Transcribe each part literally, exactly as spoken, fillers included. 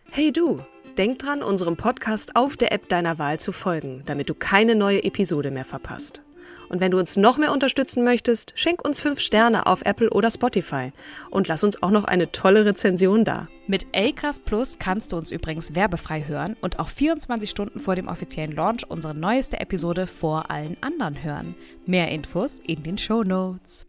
Hey du, denk dran, unserem Podcast auf der App deiner Wahl zu folgen, damit du keine neue Episode mehr verpasst. Und wenn du uns noch mehr unterstützen möchtest, schenk uns fünf Sterne auf Apple oder Spotify und lass uns auch noch eine tolle Rezension da. Mit Acast Plus kannst du uns übrigens werbefrei hören und auch vierundzwanzig Stunden vor dem offiziellen Launch unsere neueste Episode vor allen anderen hören. Mehr Infos in den Shownotes.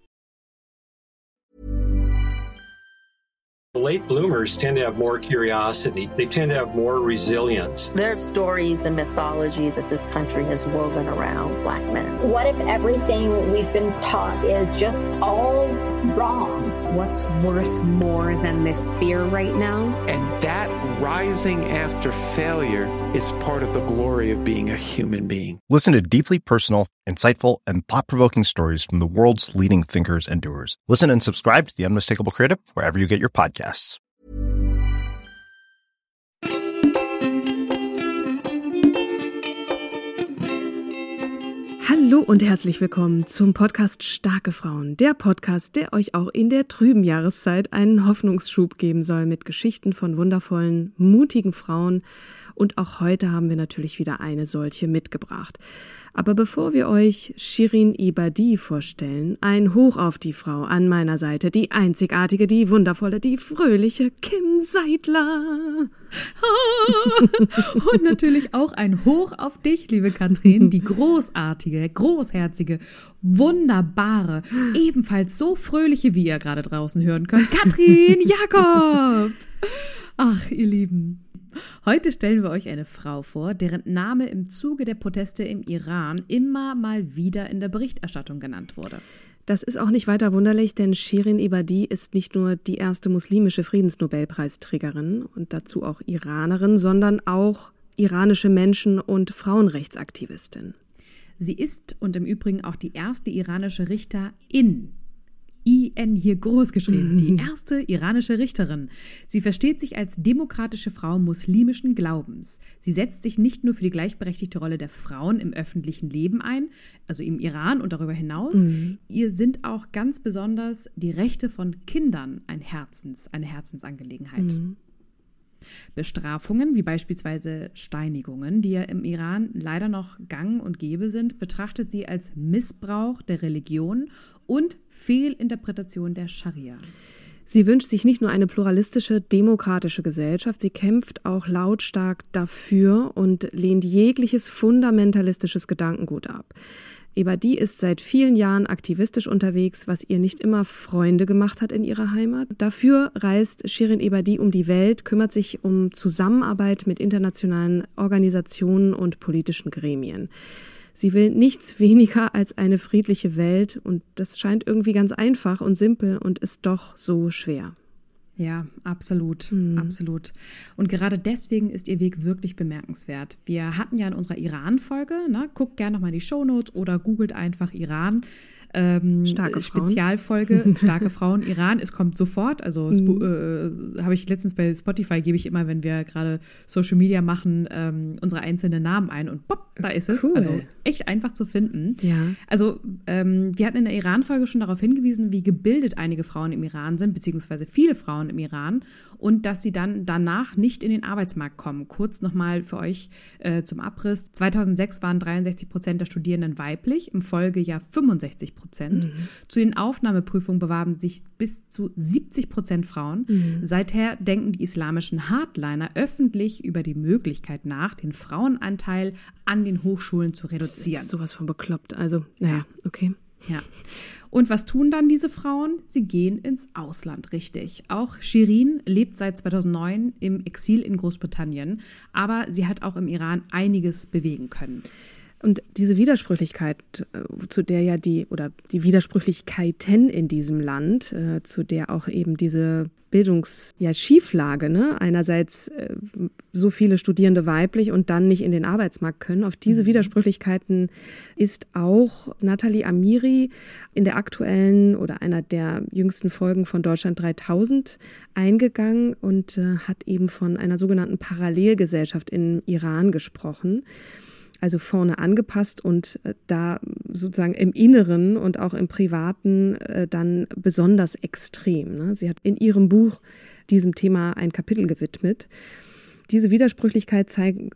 Late bloomers tend to have more curiosity. They tend to have more resilience. There's stories and mythology that this country has woven around Black men. What if everything we've been taught is just all wrong? What's worth more than this fear right now? And that rising after failure is part of the glory of being a human being. Listen to deeply personal, insightful, and thought-provoking stories from the world's leading thinkers and doers. Listen and subscribe to The Unmistakable Creative wherever you get your podcasts. Hallo und herzlich willkommen zum Podcast Starke Frauen, der Podcast, der euch auch in der trüben Jahreszeit einen Hoffnungsschub geben soll mit Geschichten von wundervollen, mutigen Frauen. Und auch heute haben wir natürlich wieder eine solche mitgebracht. Aber bevor wir euch Shirin Ebadi vorstellen, ein Hoch auf die Frau an meiner Seite, die einzigartige, die wundervolle, die fröhliche Kim Seidler. Und natürlich auch ein Hoch auf dich, liebe Katrin, die großartige, großherzige, wunderbare, ebenfalls so fröhliche, wie ihr gerade draußen hören könnt, Katrin Jakob. Ach, ihr Lieben. Heute stellen wir euch eine Frau vor, deren Name im Zuge der Proteste im Iran immer mal wieder in der Berichterstattung genannt wurde. Das ist auch nicht weiter wunderlich, denn Shirin Ebadi ist nicht nur die erste muslimische Friedensnobelpreisträgerin und dazu auch Iranerin, sondern auch iranische Menschen- und Frauenrechtsaktivistin. Sie ist und im Übrigen auch die erste iranische Richterin. I N hier groß geschrieben, die erste iranische Richterin. Sie versteht sich als demokratische Frau muslimischen Glaubens. Sie setzt sich nicht nur für die gleichberechtigte Rolle der Frauen im öffentlichen Leben ein, also im Iran und darüber hinaus. Mhm. Ihr sind auch ganz besonders die Rechte von Kindern ein Herzens, eine Herzensangelegenheit. Mhm. Bestrafungen, wie beispielsweise Steinigungen, die ja im Iran leider noch gang und gäbe sind, betrachtet sie als Missbrauch der Religion und Fehlinterpretation der Scharia. Sie wünscht sich nicht nur eine pluralistische, demokratische Gesellschaft, sie kämpft auch lautstark dafür und lehnt jegliches fundamentalistisches Gedankengut ab. Ebadi ist seit vielen Jahren aktivistisch unterwegs, was ihr nicht immer Freunde gemacht hat in ihrer Heimat. Dafür reist Shirin Ebadi um die Welt, kümmert sich um Zusammenarbeit mit internationalen Organisationen und politischen Gremien. Sie will nichts weniger als eine friedliche Welt und das scheint irgendwie ganz einfach und simpel und ist doch so schwer. Ja, absolut, mhm. absolut. Und gerade deswegen ist ihr Weg wirklich bemerkenswert. Wir hatten ja in unserer Iran-Folge, ne, guckt gerne nochmal in die Shownotes oder googelt einfach Iran. Ähm, starke Spezialfolge, starke Frauen, Iran, es kommt sofort, also mhm. äh, habe ich letztens bei Spotify, gebe ich immer, wenn wir gerade Social Media machen, ähm, unsere einzelnen Namen ein und pop, da ist es, cool. Also echt einfach zu finden. Ja. Also ähm, wir hatten in der Iran-Folge schon darauf hingewiesen, wie gebildet einige Frauen im Iran sind, beziehungsweise viele Frauen im Iran und dass sie dann danach nicht in den Arbeitsmarkt kommen. Kurz nochmal für euch äh, zum Abriss, zweitausendsechs waren dreiundsechzig Prozent der Studierenden weiblich, im Folgejahr fünfundsechzig Prozent. Prozent. Mhm. Zu den Aufnahmeprüfungen bewarben sich bis zu siebzig Prozent Frauen. Mhm. Seither denken die islamischen Hardliner öffentlich über die Möglichkeit nach, den Frauenanteil an den Hochschulen zu reduzieren. Das ist sowas von bekloppt. Also, naja, okay. Ja. Und was tun dann diese Frauen? Sie gehen ins Ausland, richtig. Auch Shirin lebt seit zweitausendneun im Exil in Großbritannien, aber sie hat auch im Iran einiges bewegen können. Und diese Widersprüchlichkeit, zu der ja die, oder die Widersprüchlichkeiten in diesem Land, äh, zu der auch eben diese Bildungsschieflage, ja, ne? Einerseits äh, so viele Studierende weiblich und dann nicht in den Arbeitsmarkt können. Auf diese mhm. Widersprüchlichkeiten ist auch Nathalie Amiri in der aktuellen oder einer der jüngsten Folgen von Deutschland dreitausend eingegangen und äh, hat eben von einer sogenannten Parallelgesellschaft im Iran gesprochen. Also vorne angepasst und äh, da sozusagen im Inneren und auch im Privaten äh, dann besonders extrem. Ne? Sie hat in ihrem Buch diesem Thema ein Kapitel gewidmet. diese Widersprüchlichkeiten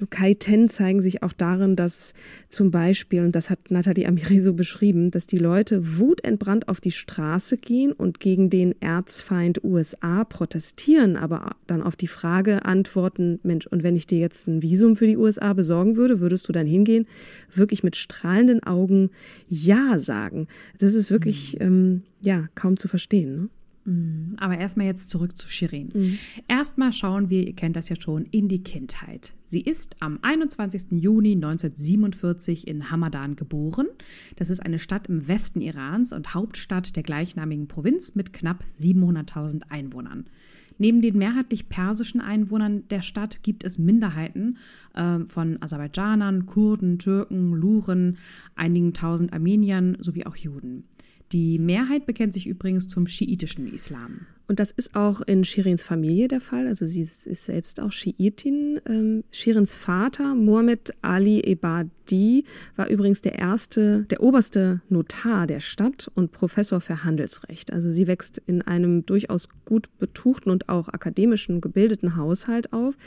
zeigen sich auch darin, dass zum Beispiel, und das hat Nathalie Amiri so beschrieben, dass die Leute wutentbrannt auf die Straße gehen und gegen den Erzfeind U S A protestieren, aber dann auf die Frage antworten, Mensch, und wenn ich dir jetzt ein Visum für die U S A besorgen würde, würdest du dann hingehen? Wirklich mit strahlenden Augen Ja sagen. Das ist wirklich, mhm. ähm, ja, kaum zu verstehen, ne? Aber erstmal jetzt zurück zu Shirin. Mhm. Erstmal schauen wir, ihr kennt das ja schon, in die Kindheit. Sie ist am einundzwanzigsten Juni neunzehnhundertsiebenundvierzig in Hamadan geboren. Das ist eine Stadt im Westen Irans und Hauptstadt der gleichnamigen Provinz mit knapp siebenhunderttausend Einwohnern. Neben den mehrheitlich persischen Einwohnern der Stadt gibt es Minderheiten äh, von Aserbaidschanern, Kurden, Türken, Luren, einigen tausend Armeniern sowie auch Juden. Die Mehrheit bekennt sich übrigens zum schiitischen Islam. Und das ist auch in Shirins Familie der Fall. Also sie ist selbst auch Schiitin. Ähm, Shirins Vater, Mohammed Ali Ebadi, war übrigens der erste, der oberste Notar der Stadt und Professor für Handelsrecht. Also sie wächst in einem durchaus gut betuchten und auch akademischen, gebildeten Haushalt auf.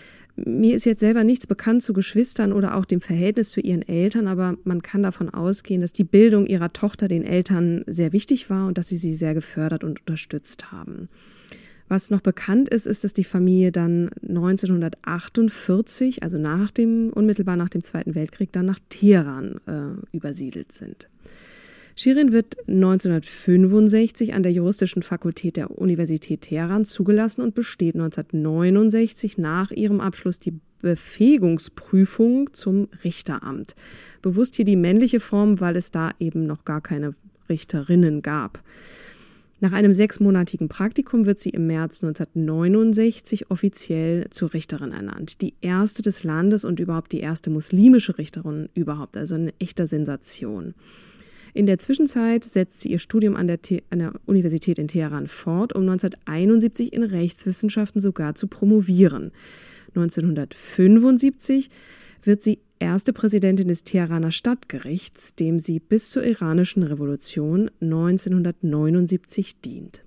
Mir ist jetzt selber nichts bekannt zu Geschwistern oder auch dem Verhältnis zu ihren Eltern, aber man kann davon ausgehen, dass die Bildung ihrer Tochter den Eltern sehr wichtig war und dass sie sie sehr gefördert und unterstützt haben. Was noch bekannt ist, ist, dass die Familie dann neunzehnhundertachtundvierzig, also nach dem, unmittelbar nach dem Zweiten Weltkrieg, dann nach Teheran äh, übersiedelt sind. Shirin wird neunzehnhundertfünfundsechzig an der Juristischen Fakultät der Universität Teheran zugelassen und besteht neunzehnhundertneunundsechzig nach ihrem Abschluss die Befähigungsprüfung zum Richteramt. Bewusst hier die männliche Form, weil es da eben noch gar keine Richterinnen gab. Nach einem sechsmonatigen Praktikum wird sie im März neunzehnhundertneunundsechzig offiziell zur Richterin ernannt. Die erste des Landes und überhaupt die erste muslimische Richterin überhaupt, also eine echte Sensation. In der Zwischenzeit setzt sie ihr Studium an der, The- an der Universität in Teheran fort, um neunzehnhunderteinundsiebzig in Rechtswissenschaften sogar zu promovieren. neunzehnhundertfünfundsiebzig wird sie erste Präsidentin des Teheraner Stadtgerichts, dem sie bis zur iranischen Revolution neunzehnhundertneunundsiebzig dient.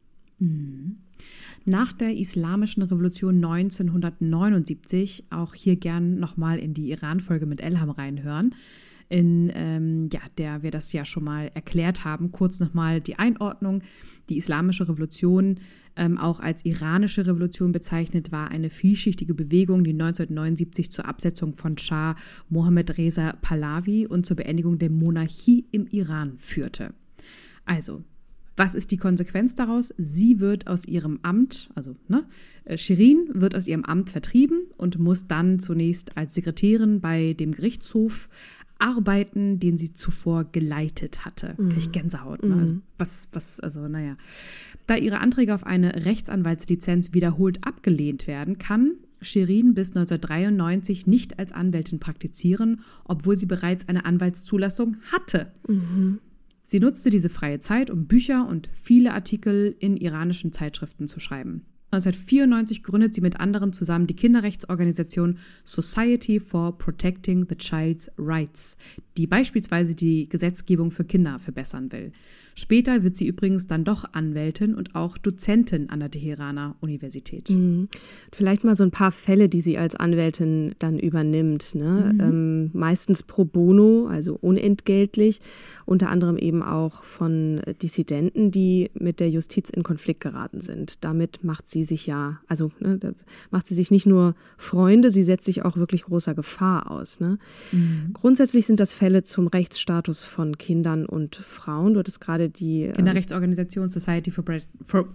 Nach der Islamischen Revolution neunzehnhundertneunundsiebzig, auch hier gern nochmal in die Iran-Folge mit Elham reinhören, in ähm, ja, der wir das ja schon mal erklärt haben. Kurz nochmal die Einordnung. Die Islamische Revolution, ähm, auch als iranische Revolution bezeichnet, war eine vielschichtige Bewegung, die neunzehnhundertneunundsiebzig zur Absetzung von Schah Mohammad Reza Pahlavi und zur Beendigung der Monarchie im Iran führte. Also, was ist die Konsequenz daraus? Sie wird aus ihrem Amt, also ne, Shirin wird aus ihrem Amt vertrieben und muss dann zunächst als Sekretärin bei dem Gerichtshof arbeiten, den sie zuvor geleitet hatte. Mhm. Krieg ich Gänsehaut. Ne? Also was, was, also naja. Da ihre Anträge auf eine Rechtsanwaltslizenz wiederholt abgelehnt werden, kann Shirin bis neunzehnhundertdreiundneunzig nicht als Anwältin praktizieren, obwohl sie bereits eine Anwaltszulassung hatte. Mhm. Sie nutzte diese freie Zeit, um Bücher und viele Artikel in iranischen Zeitschriften zu schreiben. neunzehnhundertvierundneunzig gründet sie mit anderen zusammen die Kinderrechtsorganisation Society for Protecting the Child's Rights, die beispielsweise die Gesetzgebung für Kinder verbessern will. Später wird sie übrigens dann doch Anwältin und auch Dozentin an der Teheraner Universität. Mhm. Vielleicht mal so ein paar Fälle, die sie als Anwältin dann übernimmt. Ne? Mhm. Ähm, meistens pro bono, also unentgeltlich, unter anderem eben auch von Dissidenten, die mit der Justiz in Konflikt geraten sind. Damit macht sie sich ja, also ne, da macht sie sich nicht nur Freunde, sie setzt sich auch wirklich großer Gefahr aus. Ne? Mhm. Grundsätzlich sind das Fälle zum Rechtsstatus von Kindern und Frauen. Du hattest gerade die Kinderrechtsorganisation Society for, for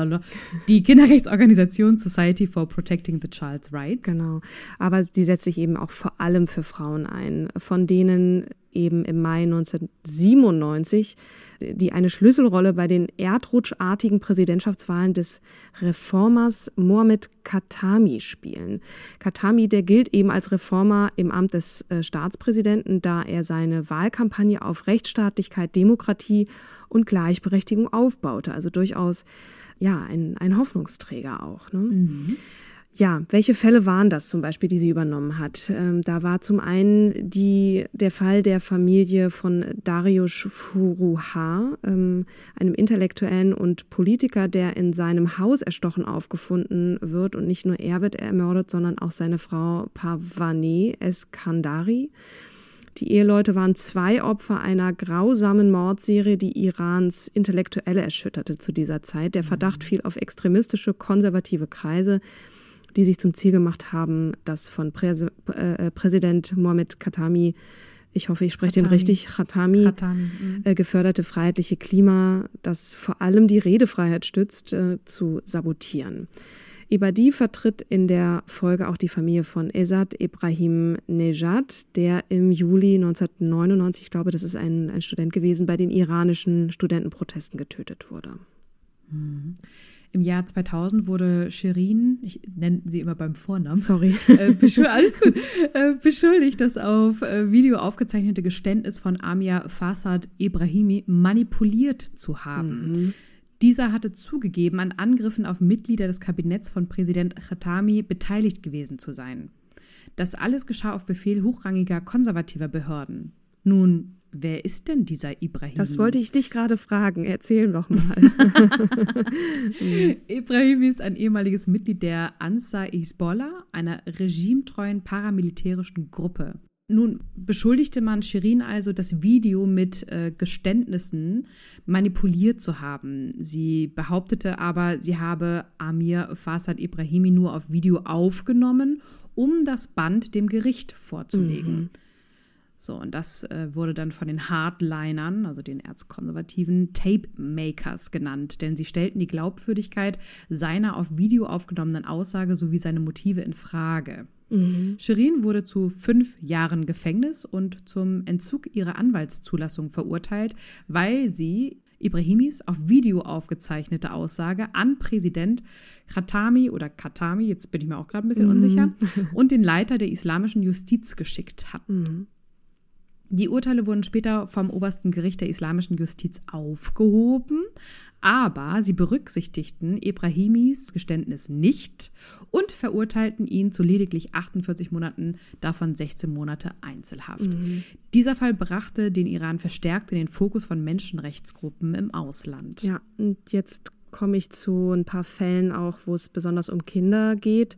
die Kinderrechtsorganisation Society for Protecting the Child's Rights. Genau, aber die setzt sich eben auch vor allem für Frauen ein, von denen eben im Mai neunzehnhundertsiebenundneunzig die eine Schlüsselrolle bei den erdrutschartigen Präsidentschaftswahlen des Reformers Mohammad Khatami spielen. Khatami, der gilt eben als Reformer im Amt des äh, Staatspräsidenten, da er seine Wahlkampagne auf Rechtsstaatlichkeit, Demokratie und Gleichberechtigung aufbaute. Also durchaus ja ein, ein Hoffnungsträger auch. Ne? Mhm. Ja, welche Fälle waren das zum Beispiel, die sie übernommen hat? Ähm, da war zum einen die, der Fall der Familie von Dariusz Furuhar, ähm, einem Intellektuellen und Politiker, der in seinem Haus erstochen aufgefunden wird. Und nicht nur er wird ermordet, sondern auch seine Frau Parvaneh Eskandari. Die Eheleute waren zwei Opfer einer grausamen Mordserie, die Irans Intellektuelle erschütterte zu dieser Zeit. Der Verdacht fiel auf extremistische, konservative Kreise, die sich zum Ziel gemacht haben, das von Präse, äh, Präsident Mohammed Khatami, ich hoffe, ich spreche den richtig, Khatami, Khatami äh, geförderte freiheitliche Klima, das vor allem die Redefreiheit stützt, äh, zu sabotieren. Ebadi vertritt in der Folge auch die Familie von Esad Ebrahim Nejad, der im Juli neunzehnhundertneunundneunzig, ich glaube, das ist ein, ein Student gewesen, bei den iranischen Studentenprotesten getötet wurde. Mhm. Im Jahr zweitausend wurde Shirin, ich nenne sie immer beim Vornamen, sorry, äh, beschuldigt, alles gut, äh, beschuldigt, das auf äh, Video aufgezeichnete Geständnis von Amir Farsad Ebrahimi manipuliert zu haben. Mhm. Dieser hatte zugegeben, an Angriffen auf Mitglieder des Kabinetts von Präsident Khatami beteiligt gewesen zu sein. Das alles geschah auf Befehl hochrangiger konservativer Behörden. Nun, wer ist denn dieser Ibrahim? Das wollte ich dich gerade fragen. Erzähl doch mal. Ibrahim ist ein ehemaliges Mitglied der Ansar Hizbollah, einer regimetreuen paramilitärischen Gruppe. Nun beschuldigte man Shirin also, das Video mit äh, Geständnissen manipuliert zu haben. Sie behauptete aber, sie habe Amir Farsad Ebrahimi nur auf Video aufgenommen, um das Band dem Gericht vorzulegen. Mhm. So, und das äh, wurde dann von den Hardlinern, also den erzkonservativen Tape-Makers genannt, denn sie stellten die Glaubwürdigkeit seiner auf Video aufgenommenen Aussage sowie seine Motive in Frage. Mhm. Shirin wurde zu fünf Jahren Gefängnis und zum Entzug ihrer Anwaltszulassung verurteilt, weil sie Ibrahimis auf Video aufgezeichnete Aussage an Präsident Khatami oder Khatami, jetzt bin ich mir auch gerade ein bisschen mhm. unsicher, und den Leiter der islamischen Justiz geschickt hatten. Mhm. Die Urteile wurden später vom obersten Gericht der islamischen Justiz aufgehoben, aber sie berücksichtigten Ebrahimis Geständnis nicht und verurteilten ihn zu lediglich achtundvierzig Monaten, davon sechzehn Monate Einzelhaft. Mhm. Dieser Fall brachte den Iran verstärkt in den Fokus von Menschenrechtsgruppen im Ausland. Ja, und jetzt komme ich zu ein paar Fällen auch, wo es besonders um Kinder geht.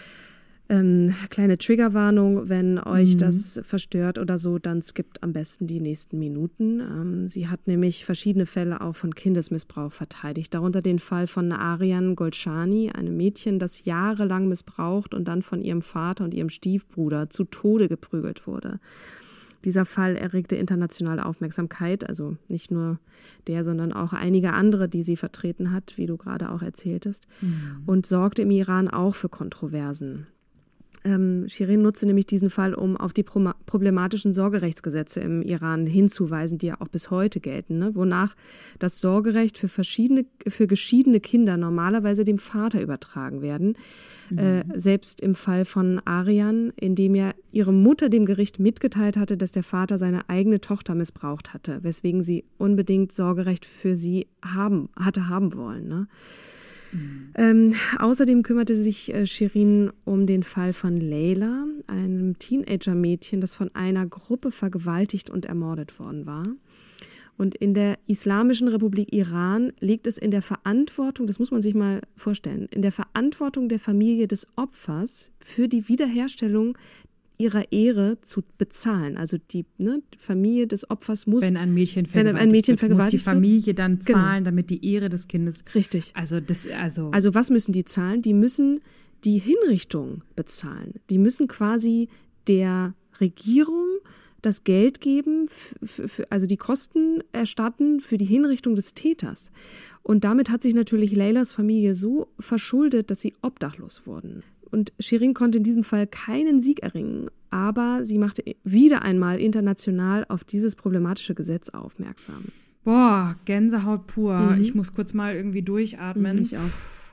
Ähm, kleine Triggerwarnung, wenn euch mhm. das verstört oder so, dann skippt am besten die nächsten Minuten. Ähm, sie hat nämlich verschiedene Fälle auch von Kindesmissbrauch verteidigt, darunter den Fall von Arian Golshani, einem Mädchen, das jahrelang missbraucht und dann von ihrem Vater und ihrem Stiefbruder zu Tode geprügelt wurde. Dieser Fall erregte internationale Aufmerksamkeit, also nicht nur der, sondern auch einige andere, die sie vertreten hat, wie du gerade auch erzähltest, mhm. und sorgte im Iran auch für Kontroversen. Ähm, Shirin nutzte nämlich diesen Fall, um auf die pro- problematischen Sorgerechtsgesetze im Iran hinzuweisen, die ja auch bis heute gelten, ne? Wonach das Sorgerecht für verschiedene, für geschiedene Kinder normalerweise dem Vater übertragen werden. Mhm. Äh, selbst im Fall von Arian, in dem ja ihre Mutter dem Gericht mitgeteilt hatte, dass der Vater seine eigene Tochter missbraucht hatte, weswegen sie unbedingt Sorgerecht für sie haben, hatte haben wollen, ne? Mhm. Ähm, außerdem kümmerte sich äh, Shirin um den Fall von Leila, einem Teenager-Mädchen, das von einer Gruppe vergewaltigt und ermordet worden war. Und in der Islamischen Republik Iran liegt es in der Verantwortung, das muss man sich mal vorstellen, in der Verantwortung der Familie des Opfers für die Wiederherstellung ihrer Ehre zu bezahlen. Also die, ne, die Familie des Opfers muss, wenn ein Mädchen vergewaltigt, wenn ein Mädchen vergewaltigt wird, muss die Familie wird, dann zahlen, genau. damit die Ehre des Kindes. Richtig. Also das, also. Also was müssen die zahlen? Die müssen die Hinrichtung bezahlen. Die müssen quasi der Regierung das Geld geben, für, für, also die Kosten erstatten für die Hinrichtung des Täters. Und damit hat sich natürlich Leilas Familie so verschuldet, dass sie obdachlos wurden. Und Shirin konnte in diesem Fall keinen Sieg erringen, aber sie machte wieder einmal international auf dieses problematische Gesetz aufmerksam. Boah, Gänsehaut pur. Mhm. Ich muss kurz mal irgendwie durchatmen. Mhm, ich auch.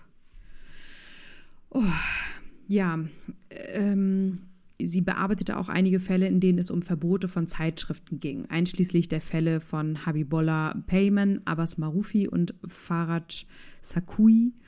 Oh, ja, ähm, sie bearbeitete auch einige Fälle, in denen es um Verbote von Zeitschriften ging, einschließlich der Fälle von Habibullah Peyman, Abbas Marufi und Faraj Sakui.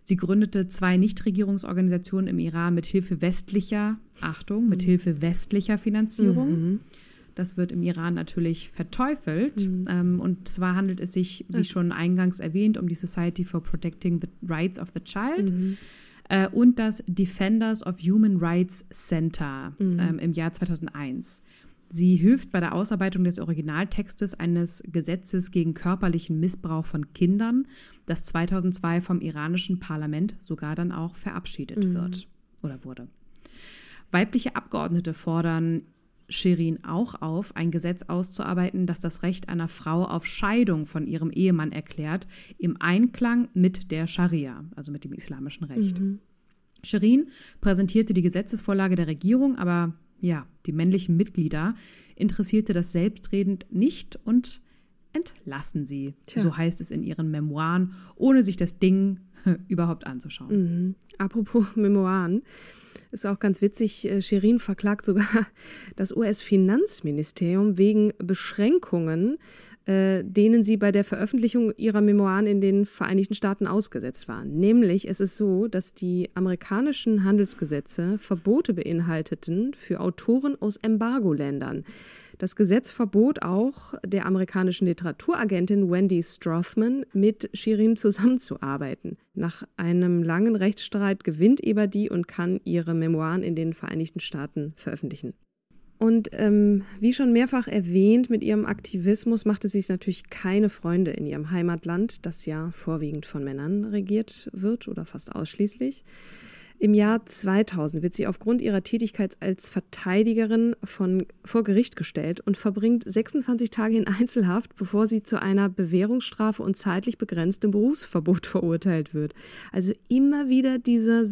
Sie gründete zwei Nichtregierungsorganisationen im Iran mit Hilfe westlicher, Achtung, mit Hilfe westlicher Finanzierung. Mhm. Das wird im Iran natürlich verteufelt. Mhm. Ähm, und zwar handelt es sich, wie schon eingangs erwähnt, um die Society for Protecting the Rights of the Child mhm. äh, und das Defenders of Human Rights Center mhm. ähm, im Jahr zweitausendeins. Sie hilft bei der Ausarbeitung des Originaltextes eines Gesetzes gegen körperlichen Missbrauch von Kindern, das zweitausendzwei vom iranischen Parlament sogar dann auch verabschiedet mhm. wird oder wurde. Weibliche Abgeordnete fordern Shirin auch auf, ein Gesetz auszuarbeiten, das das Recht einer Frau auf Scheidung von ihrem Ehemann erklärt, im Einklang mit der Scharia, also mit dem islamischen Recht. Mhm. Shirin präsentierte die Gesetzesvorlage der Regierung, aber ja, die männlichen Mitglieder interessierte das selbstredend nicht und entlassen sie, Tja. so heißt es in ihren Memoiren, ohne sich das Ding überhaupt anzuschauen. Mhm. Apropos Memoiren. Ist auch ganz witzig, Shirin verklagt sogar das U S-Finanzministerium wegen Beschränkungen, äh, denen sie bei der Veröffentlichung ihrer Memoiren in den Vereinigten Staaten ausgesetzt waren. Nämlich, es ist so, dass die amerikanischen Handelsgesetze Verbote beinhalteten für Autoren aus Embargoländern. Das Gesetz verbot auch der amerikanischen Literaturagentin Wendy Strothman, mit Shirin zusammenzuarbeiten. Nach einem langen Rechtsstreit gewinnt Ebadi und kann ihre Memoiren in den Vereinigten Staaten veröffentlichen. Und ähm, wie schon mehrfach erwähnt, mit ihrem Aktivismus machte sie sich natürlich keine Freunde in ihrem Heimatland, das ja vorwiegend von Männern regiert wird oder fast ausschließlich. Im Jahr zweitausend wird sie aufgrund ihrer Tätigkeit als Verteidigerin von, vor Gericht gestellt und verbringt sechsundzwanzig Tage in Einzelhaft, bevor sie zu einer Bewährungsstrafe und zeitlich begrenztem Berufsverbot verurteilt wird. Also immer wieder dieser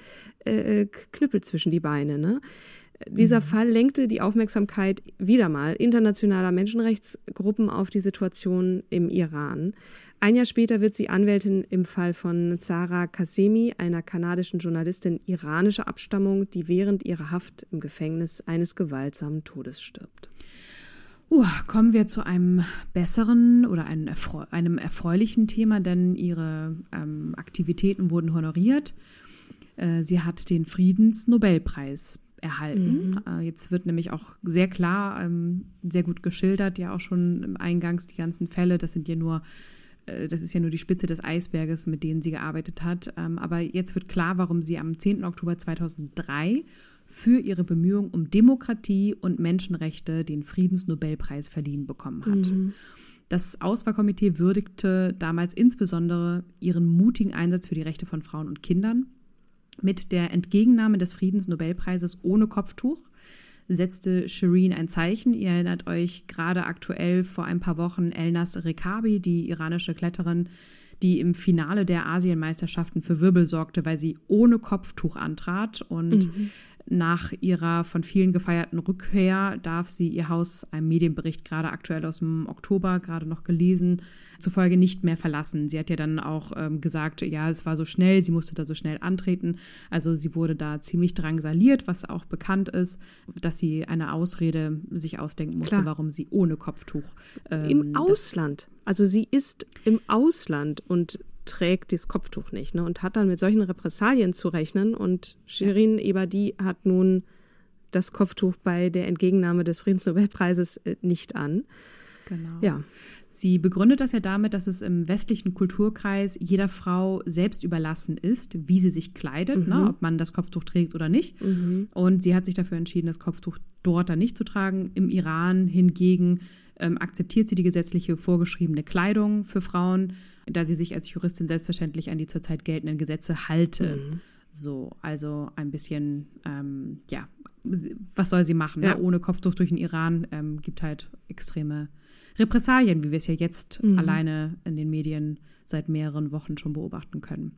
äh, Knüppel zwischen die Beine, ne? Dieser mhm. Fall lenkte die Aufmerksamkeit wieder mal internationaler Menschenrechtsgruppen auf die Situation im Iran. Ein Jahr später wird sie Anwältin im Fall von Zahra Khazemi, einer kanadischen Journalistin iranischer Abstammung, die während ihrer Haft im Gefängnis eines gewaltsamen Todes stirbt. Uh, kommen wir zu einem besseren oder einem, erfreu- einem erfreulichen Thema, denn ihre ähm, Aktivitäten wurden honoriert. Äh, sie hat den Friedensnobelpreis erhalten. Mhm. Äh, jetzt wird nämlich auch sehr klar, ähm, sehr gut geschildert, ja auch schon im Eingangs die ganzen Fälle, das sind ja nur Das ist ja nur die Spitze des Eisberges, mit denen sie gearbeitet hat. Aber jetzt wird klar, warum sie am zehnten Oktober zweitausenddrei für ihre Bemühungen um Demokratie und Menschenrechte den Friedensnobelpreis verliehen bekommen hat. Mhm. Das Auswahlkomitee würdigte damals insbesondere ihren mutigen Einsatz für die Rechte von Frauen und Kindern. Mit der Entgegennahme des Friedensnobelpreises ohne Kopftuch setzte Shirin ein Zeichen. Ihr erinnert euch gerade aktuell vor ein paar Wochen Elnaz Rekabi, die iranische Kletterin, die im Finale der Asienmeisterschaften für Wirbel sorgte, weil sie ohne Kopftuch antrat. Und mhm. nach ihrer von vielen gefeierten Rückkehr darf sie ihr Haus, einem Medienbericht gerade aktuell aus dem Oktober, gerade noch gelesen, zufolge nicht mehr verlassen. Sie hat ja dann auch ähm, gesagt, ja, es war so schnell, sie musste da so schnell antreten. Also sie wurde da ziemlich drangsaliert, was auch bekannt ist, dass sie eine Ausrede sich ausdenken musste, Klar. warum sie ohne Kopftuch ähm, Im Ausland. Also sie ist im Ausland und trägt das Kopftuch nicht, ne, und hat dann mit solchen Repressalien zu rechnen. Und Shirin ja. Ebadi hat nun das Kopftuch bei der Entgegennahme des Friedensnobelpreises nicht an. Genau. Ja. Sie begründet das ja damit, dass es im westlichen Kulturkreis jeder Frau selbst überlassen ist, wie sie sich kleidet, mhm. ne, ob man das Kopftuch trägt oder nicht. Mhm. Und sie hat sich dafür entschieden, das Kopftuch dort dann nicht zu tragen. Im Iran hingegen ähm, akzeptiert sie die gesetzliche vorgeschriebene Kleidung für Frauen, da sie sich als Juristin selbstverständlich an die zurzeit geltenden Gesetze halte. Mhm. So, also ein bisschen, ähm, ja, was soll sie machen? Ja. Ne? Ohne Kopftuch durch den Iran ähm, gibt halt extreme Repressalien, wie wir es ja jetzt mhm. alleine in den Medien seit mehreren Wochen schon beobachten können.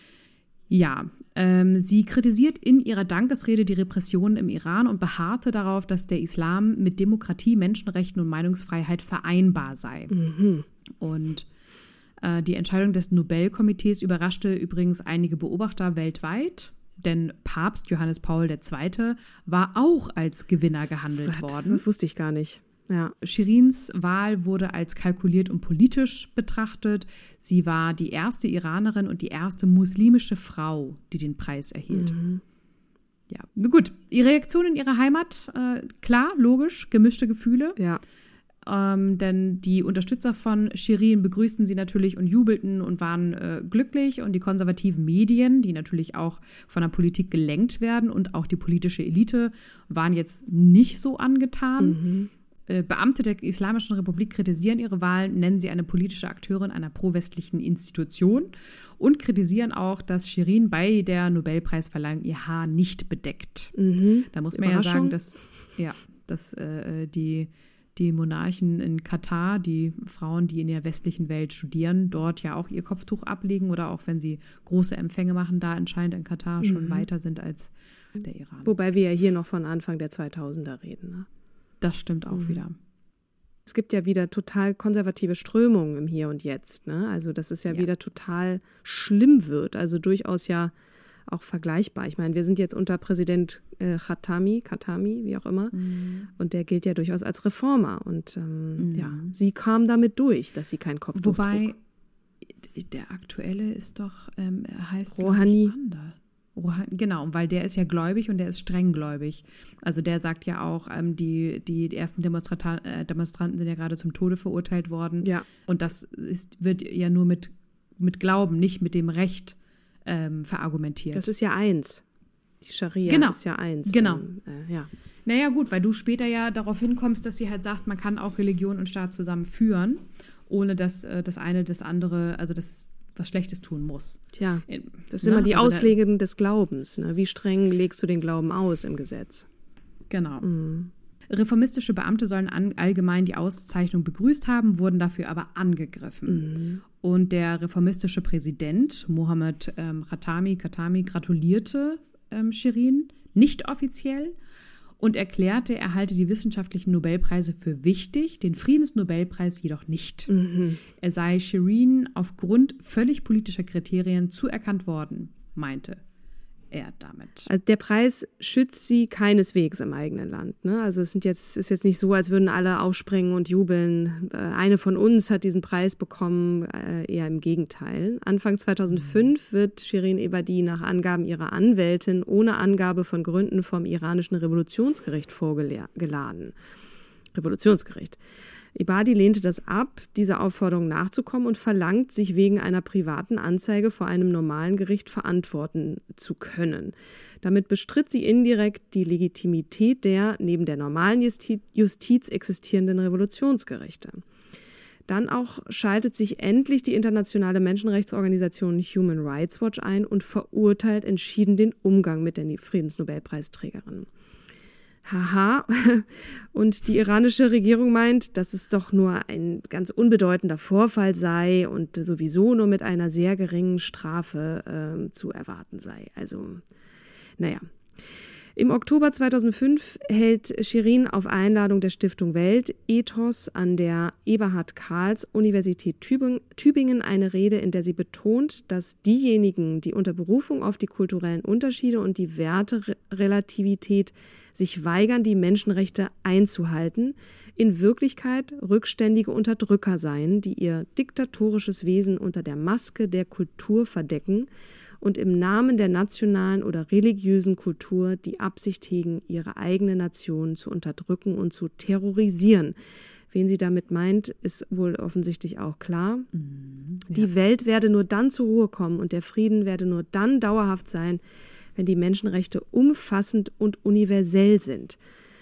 Ja, ähm, sie kritisiert in ihrer Dankesrede die Repressionen im Iran und beharrte darauf, dass der Islam mit Demokratie, Menschenrechten und Meinungsfreiheit vereinbar sei. Mhm. Und äh, die Entscheidung des Nobelkomitees überraschte übrigens einige Beobachter weltweit, denn Papst Johannes Paul der Zweite war auch als Gewinner gehandelt was, worden. Das wusste ich gar nicht. Ja. Shirins Wahl wurde als kalkuliert und politisch betrachtet. Sie war die erste Iranerin und die erste muslimische Frau, die den Preis erhielt. Mhm. Ja, gut. Die Reaktion in ihrer Heimat, äh, klar, logisch, gemischte Gefühle. Ja. Ähm, denn die Unterstützer von Shirin begrüßten sie natürlich und jubelten und waren äh, glücklich. Und die konservativen Medien, die natürlich auch von der Politik gelenkt werden und auch die politische Elite, waren jetzt nicht so angetan. Mhm. Äh, Beamte der Islamischen Republik kritisieren ihre Wahl, nennen sie eine politische Akteurin einer pro-westlichen Institution und kritisieren auch, dass Shirin bei der Nobelpreisverleihung ihr Haar nicht bedeckt. Mhm. Da muss man ja sagen, dass, ja, dass äh, die Die Monarchen in Katar, die Frauen, die in der westlichen Welt studieren, dort ja auch ihr Kopftuch ablegen oder auch wenn sie große Empfänge machen, da anscheinend in Katar schon mhm. weiter sind als der Iran. Wobei wir ja hier noch von Anfang der zweitausender reden. Ne? Das stimmt auch mhm. wieder. Es gibt ja wieder total konservative Strömungen im Hier und Jetzt. Ne? Also dass es ja, ja wieder total schlimm wird. Also durchaus ja auch vergleichbar. Ich meine, wir sind jetzt unter Präsident äh, Khatami, Khatami, wie auch immer, mhm. und der gilt ja durchaus als Reformer. Und ähm, mhm. ja, sie kam damit durch, dass sie kein Kopftuch Wobei, trug. Der aktuelle ist doch, ähm, er heißt Rouhani. Rouhani. Genau, weil der ist ja gläubig und der ist strenggläubig. Also der sagt ja auch, ähm, die, die ersten Demonstrata- äh, Demonstranten sind ja gerade zum Tode verurteilt worden. Ja. Und das ist, wird ja nur mit, mit Glauben, nicht mit dem Recht Ähm, verargumentiert. Das ist ja eins. Die Scharia genau. ist ja eins. Genau. Ähm, äh, ja. Naja gut, weil du später ja darauf hinkommst, dass sie halt sagst, man kann auch Religion und Staat zusammen führen, ohne dass äh, das eine das andere, also das was Schlechtes tun muss. Tja, das ist Na, immer die also Auslegung des Glaubens. Ne? Wie streng legst du den Glauben aus im Gesetz? Genau. Mhm. Reformistische Beamte sollen an, allgemein die Auszeichnung begrüßt haben, wurden dafür aber angegriffen. Mhm. Und der reformistische Präsident Mohammed ähm, Khatami, Khatami gratulierte ähm, Shirin nicht offiziell und erklärte, er halte die wissenschaftlichen Nobelpreise für wichtig, den Friedensnobelpreis jedoch nicht. Mhm. Er sei Shirin aufgrund völlig politischer Kriterien zuerkannt worden, meinte er damit. Also der Preis schützt sie keineswegs im eigenen Land. Ne? Also es sind jetzt, ist jetzt nicht so, als würden alle aufspringen und jubeln. Eine von uns hat diesen Preis bekommen, eher im Gegenteil. Anfang zweitausendfünf wird Shirin Ebadi nach Angaben ihrer Anwältin ohne Angabe von Gründen vom iranischen Revolutionsgericht vorgeladen. Revolutionsgericht. Ebadi lehnte das ab, dieser Aufforderung nachzukommen und verlangt, sich wegen einer privaten Anzeige vor einem normalen Gericht verantworten zu können. Damit bestritt sie indirekt die Legitimität der neben der normalen Justiz, Justiz existierenden Revolutionsgerichte. Dann auch schaltet sich endlich die internationale Menschenrechtsorganisation Human Rights Watch ein und verurteilt entschieden den Umgang mit der Friedensnobelpreisträgerin. Haha, und die iranische Regierung meint, dass es doch nur ein ganz unbedeutender Vorfall sei und sowieso nur mit einer sehr geringen Strafe äh, zu erwarten sei. Also, naja. Im Oktober zweitausendfünf hält Shirin auf Einladung der Stiftung Weltethos an der Eberhard-Karls-Universität Tübingen eine Rede, in der sie betont, dass diejenigen, die unter Berufung auf die kulturellen Unterschiede und die Werterelativität sich weigern, die Menschenrechte einzuhalten, in Wirklichkeit rückständige Unterdrücker seien, die ihr diktatorisches Wesen unter der Maske der Kultur verdecken und im Namen der nationalen oder religiösen Kultur die Absicht hegen, ihre eigene Nation zu unterdrücken und zu terrorisieren. Wen sie damit meint, ist wohl offensichtlich auch klar. Mhm, ja. Die Welt werde nur dann zur Ruhe kommen und der Frieden werde nur dann dauerhaft sein, wenn die Menschenrechte umfassend und universell sind.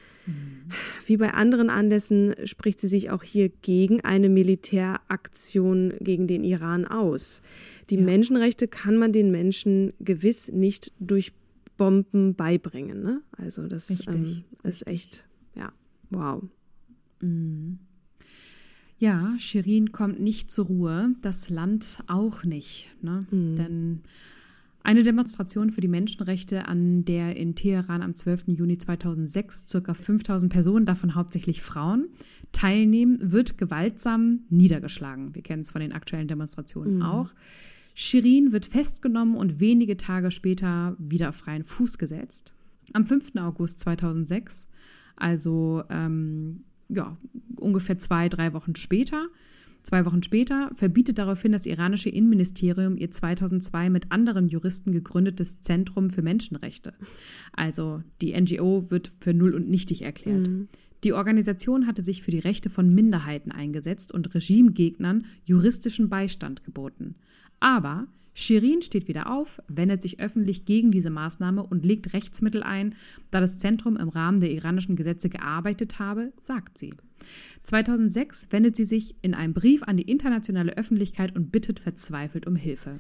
Wie bei anderen Anlässen spricht sie sich auch hier gegen eine Militäraktion gegen den Iran aus. Die ja. Menschenrechte kann man den Menschen gewiss nicht durch Bomben beibringen. Ne? Also das Richtig, ähm, ist richtig. echt, ja, wow. Mhm. Ja, Shirin kommt nicht zur Ruhe, das Land auch nicht. Ne? Mhm. Denn eine Demonstration für die Menschenrechte, an der in Teheran am zwölften Juni zweitausendsechs ca. fünftausend Personen, davon hauptsächlich Frauen, teilnehmen, wird gewaltsam niedergeschlagen. Wir kennen es von den aktuellen Demonstrationen mhm. auch. Shirin wird festgenommen und wenige Tage später wieder auf freien Fuß gesetzt. Am fünften August zweitausendsechs, also ähm, ja, ungefähr zwei, drei Wochen später, zwei Wochen später, verbietet daraufhin das iranische Innenministerium ihr zweitausendzwei mit anderen Juristen gegründetes Zentrum für Menschenrechte. Also die N G O wird für null und nichtig erklärt. Mhm. Die Organisation hatte sich für die Rechte von Minderheiten eingesetzt und Regimegegnern juristischen Beistand geboten. Aber Shirin steht wieder auf, wendet sich öffentlich gegen diese Maßnahme und legt Rechtsmittel ein, da das Zentrum im Rahmen der iranischen Gesetze gearbeitet habe, sagt sie. zweitausendsechs wendet sie sich in einem Brief an die internationale Öffentlichkeit und bittet verzweifelt um Hilfe.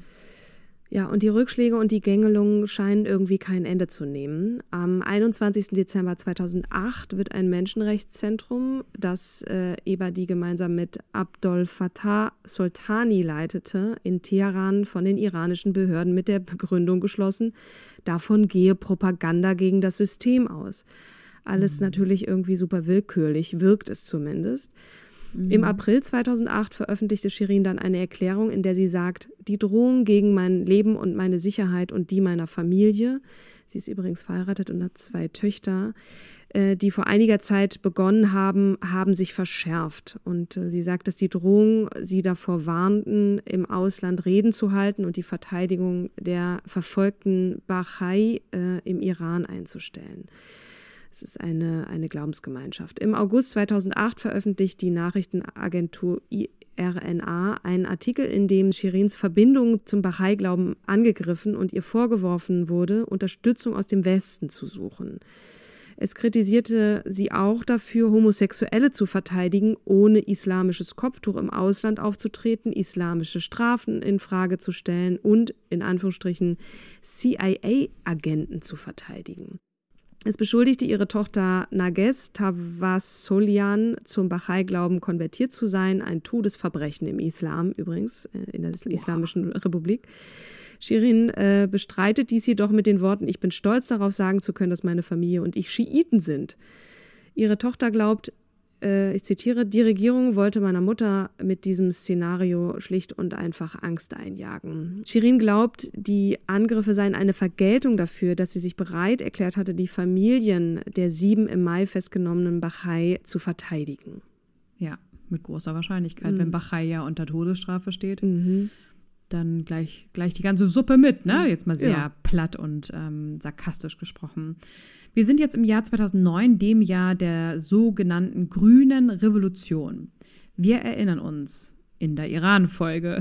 Ja, und die Rückschläge und die Gängelungen scheinen irgendwie kein Ende zu nehmen. Am einundzwanzigsten Dezember zweitausendacht wird ein Menschenrechtszentrum, das äh, Ebadi gemeinsam mit Abdol Fattah Soltani leitete, in Teheran von den iranischen Behörden mit der Begründung geschlossen, davon gehe Propaganda gegen das System aus. Alles mhm. natürlich irgendwie super willkürlich, wirkt es zumindest. Im April zweitausendacht veröffentlichte Shirin dann eine Erklärung, in der sie sagt, die Drohung gegen mein Leben und meine Sicherheit und die meiner Familie, sie ist übrigens verheiratet und hat zwei Töchter, die vor einiger Zeit begonnen haben, haben sich verschärft. Und sie sagt, dass die Drohungen sie davor warnten, im Ausland Reden zu halten und die Verteidigung der verfolgten Bahai äh, im Iran einzustellen. Es ist eine, eine Glaubensgemeinschaft. Im August zweitausendacht veröffentlicht die Nachrichtenagentur I R N A einen Artikel, in dem Shirins Verbindung zum Bahai-Glauben angegriffen und ihr vorgeworfen wurde, Unterstützung aus dem Westen zu suchen. Es kritisierte sie auch dafür, Homosexuelle zu verteidigen, ohne islamisches Kopftuch im Ausland aufzutreten, islamische Strafen in Frage zu stellen und, in Anführungsstrichen, C I A-Agenten zu verteidigen. Es beschuldigte ihre Tochter Nages Tavassolian, zum Bahai-Glauben konvertiert zu sein, ein Todesverbrechen im Islam übrigens, in der wow. Islamischen Republik. Shirin äh, bestreitet dies jedoch mit den Worten, ich bin stolz darauf, sagen zu können, dass meine Familie und ich Schiiten sind. Ihre Tochter glaubt, äh, ich zitiere, die Regierung wollte meiner Mutter mit diesem Szenario schlicht und einfach Angst einjagen. Shirin glaubt, die Angriffe seien eine Vergeltung dafür, dass sie sich bereit erklärt hatte, die Familien der sieben im Mai festgenommenen Bahai zu verteidigen. Ja, mit großer Wahrscheinlichkeit, mhm. wenn Bahai ja unter Todesstrafe steht. Mhm. Dann gleich, gleich die ganze Suppe mit, ne? Jetzt mal sehr ja. platt und ähm, sarkastisch gesprochen. Wir sind jetzt im Jahr zweitausendneun, dem Jahr der sogenannten Grünen Revolution. Wir erinnern uns in der Iran-Folge.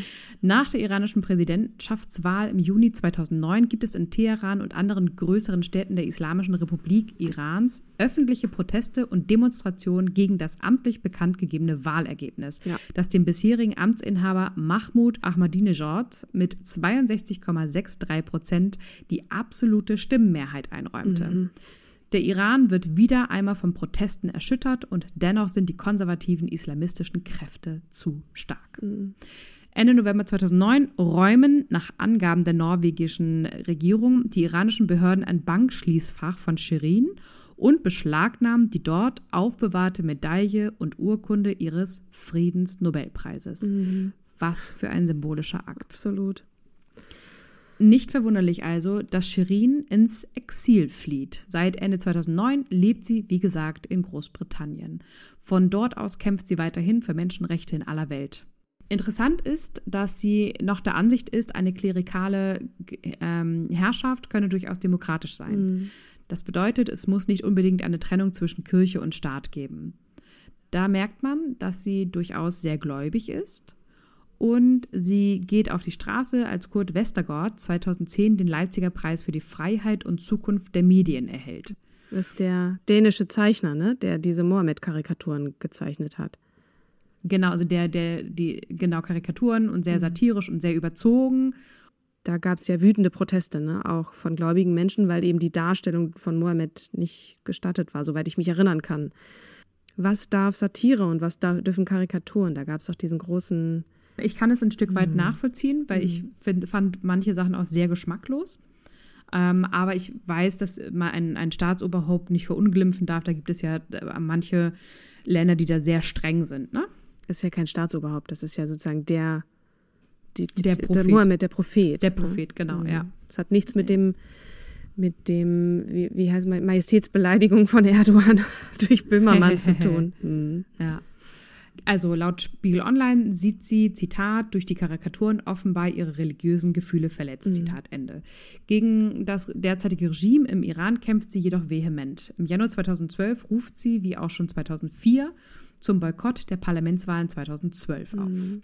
Nach der iranischen Präsidentschaftswahl im Juni zweitausendneun gibt es in Teheran und anderen größeren Städten der Islamischen Republik Irans öffentliche Proteste und Demonstrationen gegen das amtlich bekannt gegebene Wahlergebnis, ja. das dem bisherigen Amtsinhaber Mahmoud Ahmadinejad mit zweiundsechzig Komma dreiundsechzig Prozent die absolute Stimmenmehrheit einräumte. Mhm. Der Iran wird wieder einmal von Protesten erschüttert und dennoch sind die konservativen islamistischen Kräfte zu stark. Mhm. Ende November zweitausendneun räumen nach Angaben der norwegischen Regierung die iranischen Behörden ein Bankschließfach von Shirin und beschlagnahmen die dort aufbewahrte Medaille und Urkunde ihres Friedensnobelpreises. Mhm. Was für ein symbolischer Akt. Absolut. Nicht verwunderlich also, dass Shirin ins Exil flieht. Seit Ende zweitausendneun lebt sie, wie gesagt, in Großbritannien. Von dort aus kämpft sie weiterhin für Menschenrechte in aller Welt. Interessant ist, dass sie noch der Ansicht ist, eine klerikale ähm, Herrschaft könne durchaus demokratisch sein. Mhm. Das bedeutet, es muss nicht unbedingt eine Trennung zwischen Kirche und Staat geben. Da merkt man, dass sie durchaus sehr gläubig ist. Und sie geht auf die Straße, als Kurt Westergaard zweitausendzehn den Leipziger Preis für die Freiheit und Zukunft der Medien erhält. Das ist der dänische Zeichner, ne, der diese Mohammed-Karikaturen gezeichnet hat. Genau, also der, der, die, genau, Karikaturen und sehr satirisch und sehr überzogen. Da gab es ja wütende Proteste, ne, auch von gläubigen Menschen, weil eben die Darstellung von Mohammed nicht gestattet war, soweit ich mich erinnern kann. Was darf Satire und was darf, dürfen Karikaturen? Da gab es doch diesen großen... Ich kann es ein Stück weit mhm. nachvollziehen, weil mhm. ich find, fand manche Sachen auch sehr geschmacklos. Ähm, aber ich weiß, dass man ein, ein Staatsoberhaupt nicht verunglimpfen darf. Da gibt es ja äh, manche Länder, die da sehr streng sind, ne? Das ist ja kein Staatsoberhaupt, das ist ja sozusagen der, die, der Prophet. Der Mohammed, der Prophet. Der Prophet, ne? Genau, mhm. ja. Das hat nichts mit dem mit dem, wie, wie heißt es, Majestätsbeleidigung von Erdogan durch Böhmermann zu tun. Mhm. Ja. Also laut Spiegel Online sieht sie, Zitat, durch die Karikaturen offenbar ihre religiösen Gefühle verletzt, mhm. Zitat Ende. Gegen das derzeitige Regime im Iran kämpft sie jedoch vehement. Im Januar zweitausendzwölf ruft sie, wie auch schon zweitausendvier, zum Boykott der Parlamentswahlen zweitausendzwölf auf. Mhm.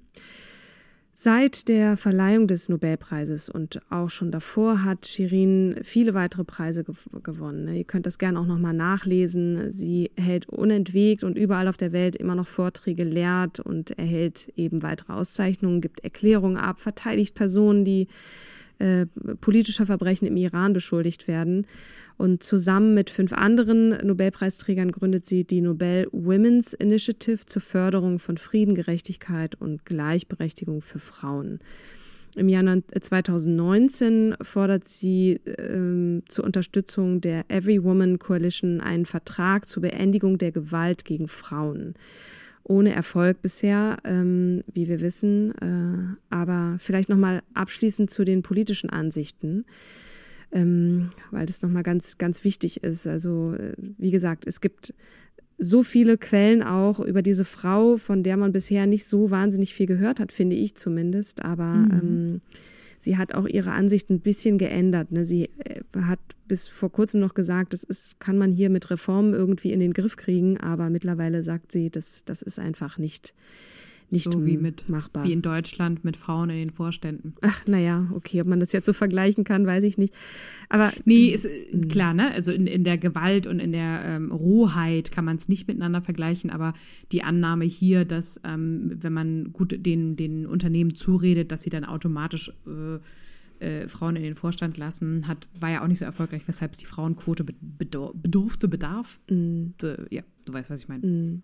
Seit der Verleihung des Nobelpreises und auch schon davor hat Shirin viele weitere Preise gew- gewonnen. Ihr könnt das gerne auch nochmal nachlesen. Sie hält unentwegt und überall auf der Welt immer noch Vorträge, lehrt und erhält eben weitere Auszeichnungen, gibt Erklärungen ab, verteidigt Personen, die äh, politischer Verbrechen im Iran beschuldigt werden. Und zusammen mit fünf anderen Nobelpreisträgern gründet sie die Nobel Women's Initiative zur Förderung von Frieden, Gerechtigkeit und Gleichberechtigung für Frauen. Im Jahr zweitausendneunzehn fordert sie ähm, zur Unterstützung der Every Woman Coalition einen Vertrag zur Beendigung der Gewalt gegen Frauen. Ohne Erfolg bisher, ähm, wie wir wissen. Äh, aber vielleicht nochmal abschließend zu den politischen Ansichten. Ähm, weil das nochmal ganz, ganz wichtig ist. Also wie gesagt, es gibt so viele Quellen auch über diese Frau, von der man bisher nicht so wahnsinnig viel gehört hat, finde ich zumindest. Aber mhm. ähm, sie hat auch ihre Ansicht ein bisschen geändert. Ne? Sie äh, hat bis vor kurzem noch gesagt, das ist, kann man hier mit Reformen irgendwie in den Griff kriegen. Aber mittlerweile sagt sie, das, das ist einfach nicht Nicht so wie mit, machbar. Wie in Deutschland mit Frauen in den Vorständen. Ach, naja, okay, ob man das jetzt so vergleichen kann, weiß ich nicht. Aber nee, ist mh. klar, ne? Also in, in der Gewalt und in der ähm, Rohheit kann man es nicht miteinander vergleichen, aber die Annahme hier, dass ähm, wenn man gut den, den Unternehmen zuredet, dass sie dann automatisch äh, äh, Frauen in den Vorstand lassen, hat, war ja auch nicht so erfolgreich, weshalb es die Frauenquote bedurf, bedurfte, bedarf. Mhm. Be, ja, du weißt, was ich meine. Mhm.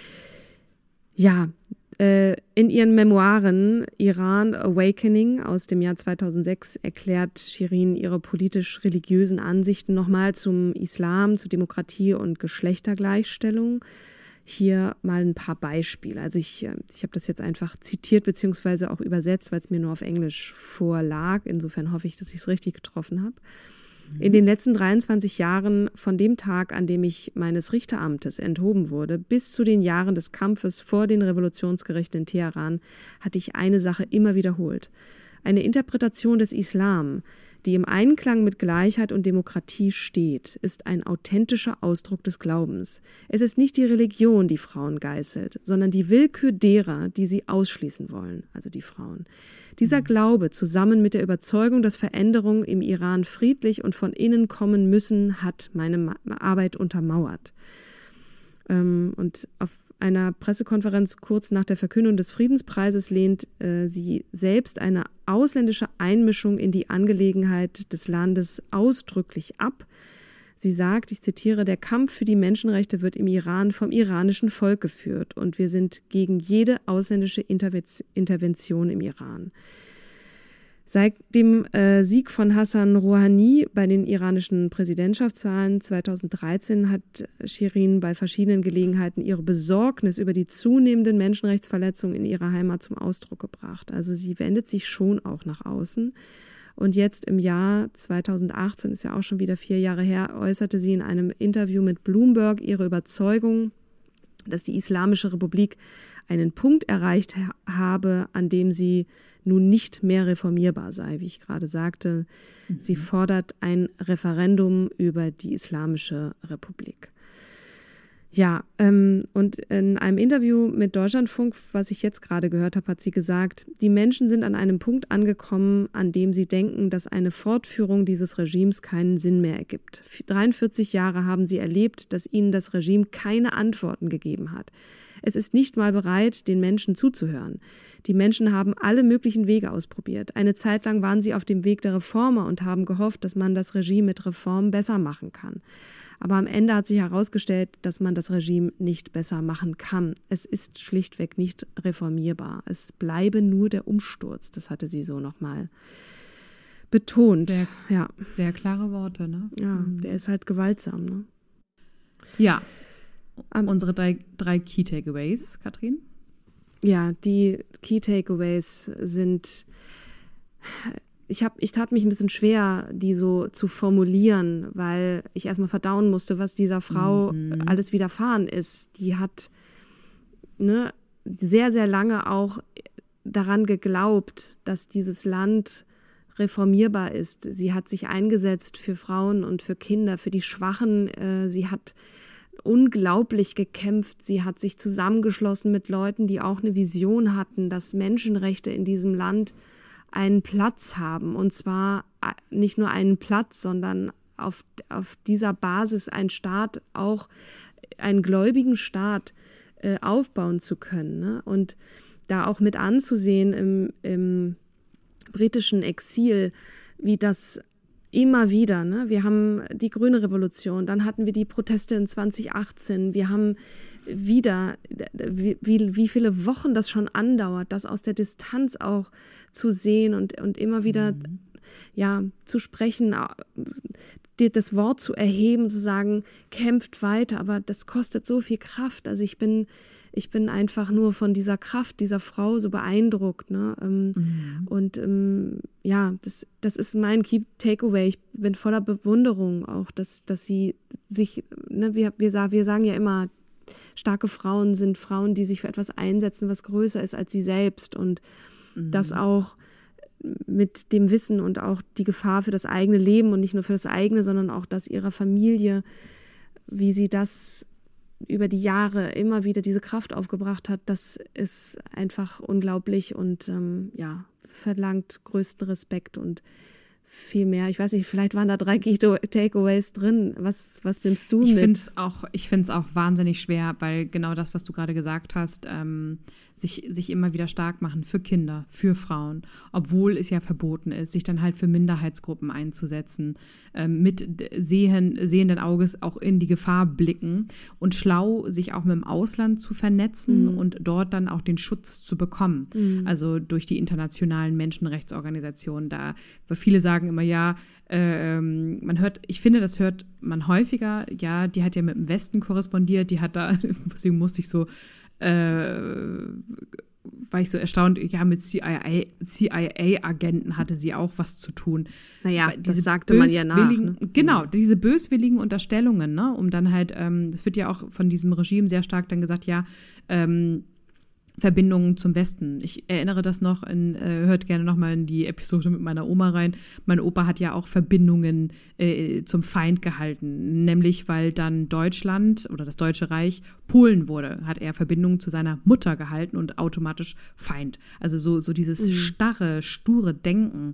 Ja, in ihren Memoiren Iran Awakening aus dem Jahr zweitausendsechs erklärt Shirin ihre politisch-religiösen Ansichten nochmal zum Islam, zu Demokratie und Geschlechtergleichstellung. Hier mal ein paar Beispiele. Also ich, ich habe das jetzt einfach zitiert beziehungsweise auch übersetzt, weil es mir nur auf Englisch vorlag. Insofern hoffe ich, dass ich es richtig getroffen habe. In den letzten dreiundzwanzig Jahren, von dem Tag, an dem ich meines Richteramtes enthoben wurde, bis zu den Jahren des Kampfes vor den Revolutionsgerichten in Teheran, hatte ich eine Sache immer wiederholt. Eine Interpretation des Islam, die im Einklang mit Gleichheit und Demokratie steht, ist ein authentischer Ausdruck des Glaubens. Es ist nicht die Religion, die Frauen geißelt, sondern die Willkür derer, die sie ausschließen wollen, also die Frauen. Dieser Glaube zusammen mit der Überzeugung, dass Veränderungen im Iran friedlich und von innen kommen müssen, hat meine Arbeit untermauert. Und auf einer Pressekonferenz kurz nach der Verkündung des Friedenspreises lehnt äh, sie selbst eine ausländische Einmischung in die Angelegenheit des Landes ausdrücklich ab. Sie sagt, ich zitiere, der Kampf für die Menschenrechte wird im Iran vom iranischen Volk geführt und wir sind gegen jede ausländische Intervention im Iran. Seit dem äh, Sieg von Hassan Rouhani bei den iranischen Präsidentschaftswahlen zweitausenddreizehn hat Shirin bei verschiedenen Gelegenheiten ihre Besorgnis über die zunehmenden Menschenrechtsverletzungen in ihrer Heimat zum Ausdruck gebracht. Also sie wendet sich schon auch nach außen. Und jetzt im Jahr zweitausendachtzehn, ist ja auch schon wieder vier Jahre her, äußerte sie in einem Interview mit Bloomberg ihre Überzeugung, dass die Islamische Republik einen Punkt erreicht habe, an dem sie nun nicht mehr reformierbar sei, wie ich gerade sagte. Mhm. Sie fordert ein Referendum über die Islamische Republik. Ja, ähm, und in einem Interview mit Deutschlandfunk, was ich jetzt gerade gehört habe, hat sie gesagt, die Menschen sind an einem Punkt angekommen, an dem sie denken, dass eine Fortführung dieses Regimes keinen Sinn mehr ergibt. dreiundvierzig Jahre haben sie erlebt, dass ihnen das Regime keine Antworten gegeben hat. Es ist nicht mal bereit, den Menschen zuzuhören. Die Menschen haben alle möglichen Wege ausprobiert. Eine Zeit lang waren sie auf dem Weg der Reformer und haben gehofft, dass man das Regime mit Reformen besser machen kann. Aber am Ende hat sich herausgestellt, dass man das Regime nicht besser machen kann. Es ist schlichtweg nicht reformierbar. Es bleibe nur der Umsturz. Das hatte sie so nochmal betont. Sehr, ja. sehr klare Worte, ne? Ja, der ist halt gewaltsam, ne? Ja. Um, Unsere drei, drei Key Takeaways, Katrin? Ja, die Key Takeaways sind ich habe, ich tat mich ein bisschen schwer, die so zu formulieren, weil ich erstmal verdauen musste, was dieser Frau mhm. alles widerfahren ist. Die hat ne, sehr, sehr lange auch daran geglaubt, dass dieses Land reformierbar ist. Sie hat sich eingesetzt für Frauen und für Kinder, für die Schwachen. Sie hat unglaublich gekämpft. Sie hat sich zusammengeschlossen mit Leuten, die auch eine Vision hatten, dass Menschenrechte in diesem Land einen Platz haben. Und zwar nicht nur einen Platz, sondern auf, auf dieser Basis ein Staat, auch einen gläubigen Staat äh, aufbauen zu können. Ne? Und da auch mit anzusehen im, im britischen Exil, wie das immer wieder, ne? Wir haben die Grüne Revolution, dann hatten wir die Proteste in zwanzig achtzehn, wir haben wieder, wie, wie, wie viele Wochen das schon andauert, das aus der Distanz auch zu sehen und, und immer wieder mhm. ja, zu sprechen, das Wort zu erheben, zu sagen, kämpft weiter, aber das kostet so viel Kraft. Also ich bin Ich bin einfach nur von dieser Kraft dieser Frau so beeindruckt. Ne? Ähm, mhm. Und ähm, ja, das, das ist mein Key Takeaway. Ich bin voller Bewunderung auch, dass, dass sie sich, ne, wir, wir, wir sagen ja immer, starke Frauen sind Frauen, die sich für etwas einsetzen, was größer ist als sie selbst. Und mhm. das auch mit dem Wissen und auch die Gefahr für das eigene Leben und nicht nur für das eigene, sondern auch das ihrer Familie, wie sie das über die Jahre immer wieder diese Kraft aufgebracht hat, das ist einfach unglaublich und ähm, ja, verlangt größten Respekt und viel mehr. Ich weiß nicht, vielleicht waren da drei Takeaways drin. Was, was nimmst du ich mit? Find's auch, ich finde es auch wahnsinnig schwer, weil genau das, was du gerade gesagt hast, ähm, sich, sich immer wieder stark machen für Kinder, für Frauen, obwohl es ja verboten ist, sich dann halt für Minderheitsgruppen einzusetzen, ähm, mit sehen, sehenden Auges auch in die Gefahr blicken und schlau sich auch mit dem Ausland zu vernetzen mhm. und dort dann auch den Schutz zu bekommen. Mhm. Also durch die internationalen Menschenrechtsorganisationen. Da, weil viele sagen immer, ja, ähm, man hört, ich finde, das hört man häufiger, ja, die hat ja mit dem Westen korrespondiert, die hat da, deswegen musste ich so, äh, war ich so erstaunt, ja, mit C I A-Agenten hatte sie auch was zu tun. Naja, diese das sagte man ja nach. Ne? Genau, diese böswilligen Unterstellungen, ne, um dann halt, ähm, das wird ja auch von diesem Regime sehr stark dann gesagt, ja, ähm, Verbindungen zum Westen. Ich erinnere das noch, in, äh, hört gerne nochmal in die Episode mit meiner Oma rein. Mein Opa hat ja auch Verbindungen äh, zum Feind gehalten, nämlich weil dann Deutschland oder das Deutsche Reich Polen wurde, hat er Verbindungen zu seiner Mutter gehalten und automatisch Feind. Also so, so dieses mhm. starre, sture Denken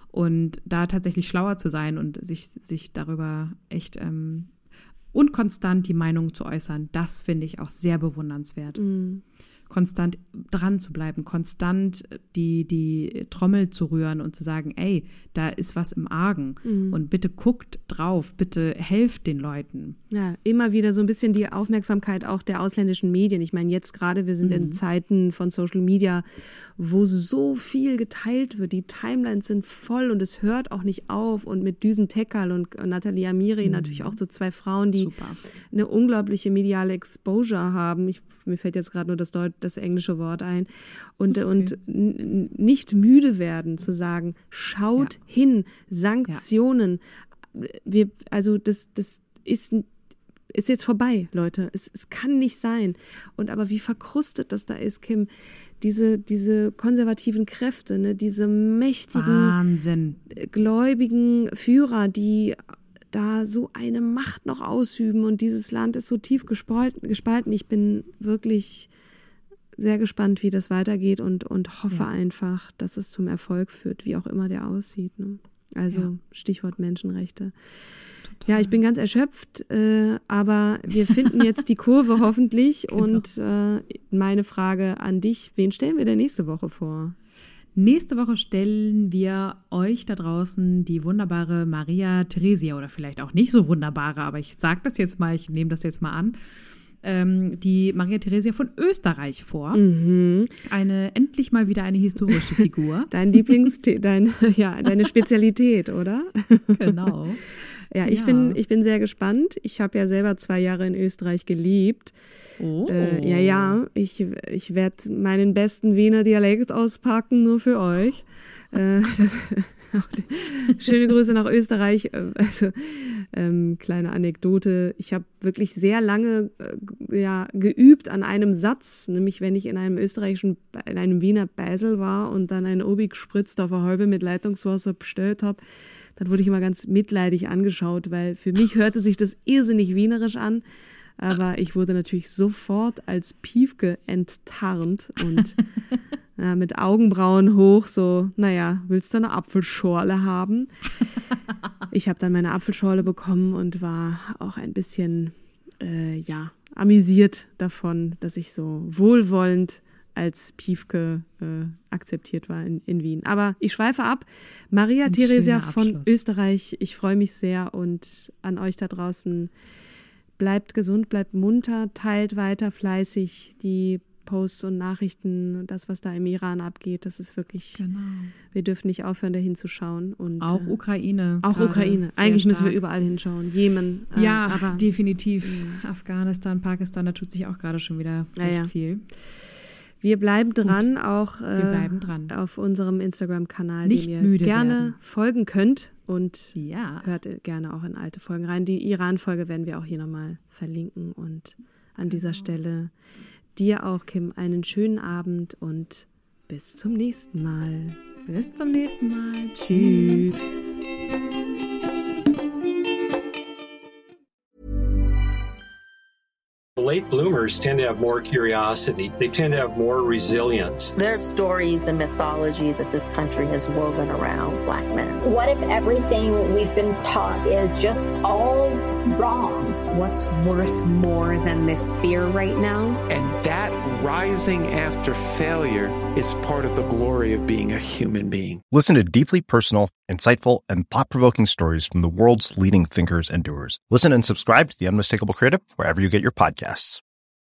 und da tatsächlich schlauer zu sein und sich, sich darüber echt ähm, und konstant die Meinung zu äußern, das finde ich auch sehr bewundernswert. Mhm. Konstant dran zu bleiben, konstant die, die Trommel zu rühren und zu sagen, ey, da ist was im Argen mhm. und bitte guckt drauf, bitte helft den Leuten. Ja, immer wieder so ein bisschen die Aufmerksamkeit auch der ausländischen Medien. Ich meine, jetzt gerade, wir sind mhm. in Zeiten von Social Media, wo so viel geteilt wird. Die Timelines sind voll und es hört auch nicht auf. Und mit Düsen Tekal und Nathalie Amiri mhm. natürlich auch so zwei Frauen, die Super. Eine unglaubliche mediale Exposure haben. Ich, mir fällt jetzt gerade nur das, Deut- das englische Wort ein. Und, okay. und n- nicht müde werden zu sagen, schaut ja. hin, Sanktionen. Ja. Wir, also das, das ist, ist jetzt vorbei, Leute. Es, es kann nicht sein. Und aber wie verkrustet das da ist, Kim, diese, diese konservativen Kräfte, ne, diese mächtigen, Wahnsinn. Gläubigen Führer, die da so eine Macht noch ausüben und dieses Land ist so tief gespalten. gespalten. Ich bin wirklich sehr gespannt, wie das weitergeht und, und hoffe ja. einfach, dass es zum Erfolg führt, wie auch immer der aussieht. Ne? Also ja. Stichwort Menschenrechte. Total. Ja, ich bin ganz erschöpft, äh, aber wir finden jetzt die Kurve hoffentlich genau. und äh, meine Frage an dich, wen stellen wir denn nächste Woche vor? Nächste Woche stellen wir euch da draußen die wunderbare Maria Theresia oder vielleicht auch nicht so wunderbare, aber ich sage das jetzt mal, ich nehme das jetzt mal an, ähm, die Maria Theresia von Österreich vor. Mhm. Eine, endlich mal wieder eine historische Figur. Dein Lieblings, dein, ja, deine Spezialität, oder? Genau. Ja, ich, ja. Bin, ich bin sehr gespannt. Ich habe ja selber zwei Jahre in Österreich gelebt. Oh. Äh, ja, ja, ich, ich werde meinen besten Wiener Dialekt auspacken, nur für euch. Äh, das, Schöne Grüße nach Österreich. Also ähm, kleine Anekdote. Ich habe wirklich sehr lange äh, ja, geübt an einem Satz, nämlich wenn ich in einem österreichischen, in einem Wiener Beisel war und dann ein Obi gespritzt auf eine halbe mit Leitungswasser bestellt habe, dann wurde ich immer ganz mitleidig angeschaut, weil für mich hörte sich das irrsinnig wienerisch an. Aber ich wurde natürlich sofort als Piefke enttarnt und ja, mit Augenbrauen hoch so, naja, willst du eine Apfelschorle haben? Ich habe dann meine Apfelschorle bekommen und war auch ein bisschen, äh, ja, amüsiert davon, dass ich so wohlwollend als Piefke äh, akzeptiert war in, in Wien. Aber ich schweife ab. Maria Ein Theresia schöner von Abschluss. Österreich, ich freue mich sehr und an euch da draußen. Bleibt gesund, bleibt munter, teilt weiter fleißig die Posts und Nachrichten, das, was da im Iran abgeht. Das ist wirklich, Genau. Wir dürfen nicht aufhören, da hinzuschauen. Und, Auch Ukraine. Auch gerade Ukraine. sehr Eigentlich müssen wir stark. überall hinschauen. Jemen. Äh, Ja, aber, definitiv. Afghanistan, Pakistan, da tut sich auch gerade schon wieder Ja, recht ja. viel. Wir bleiben dran, auch äh, Wir bleiben dran. auf unserem Instagram-Kanal, Nicht dem ihr müde gerne werden. folgen könnt. Und Ja. hört gerne auch in alte Folgen rein. Die Iran-Folge werden wir auch hier nochmal verlinken. Und an dieser Stelle dir auch, Kim, einen schönen Abend und bis zum nächsten Mal. Bis zum nächsten Mal. Tschüss. Late bloomers tend to have more curiosity. They tend to have more resilience. There's stories and mythology that this country has woven around Black men. What if everything we've been taught is just all wrong? What's worth more than this fear right now? And that rising after failure is part of the glory of being a human being. Listen to deeply personal, insightful, and thought-provoking stories from the world's leading thinkers and doers. Listen and subscribe to The Unmistakable Creative wherever you get your podcasts.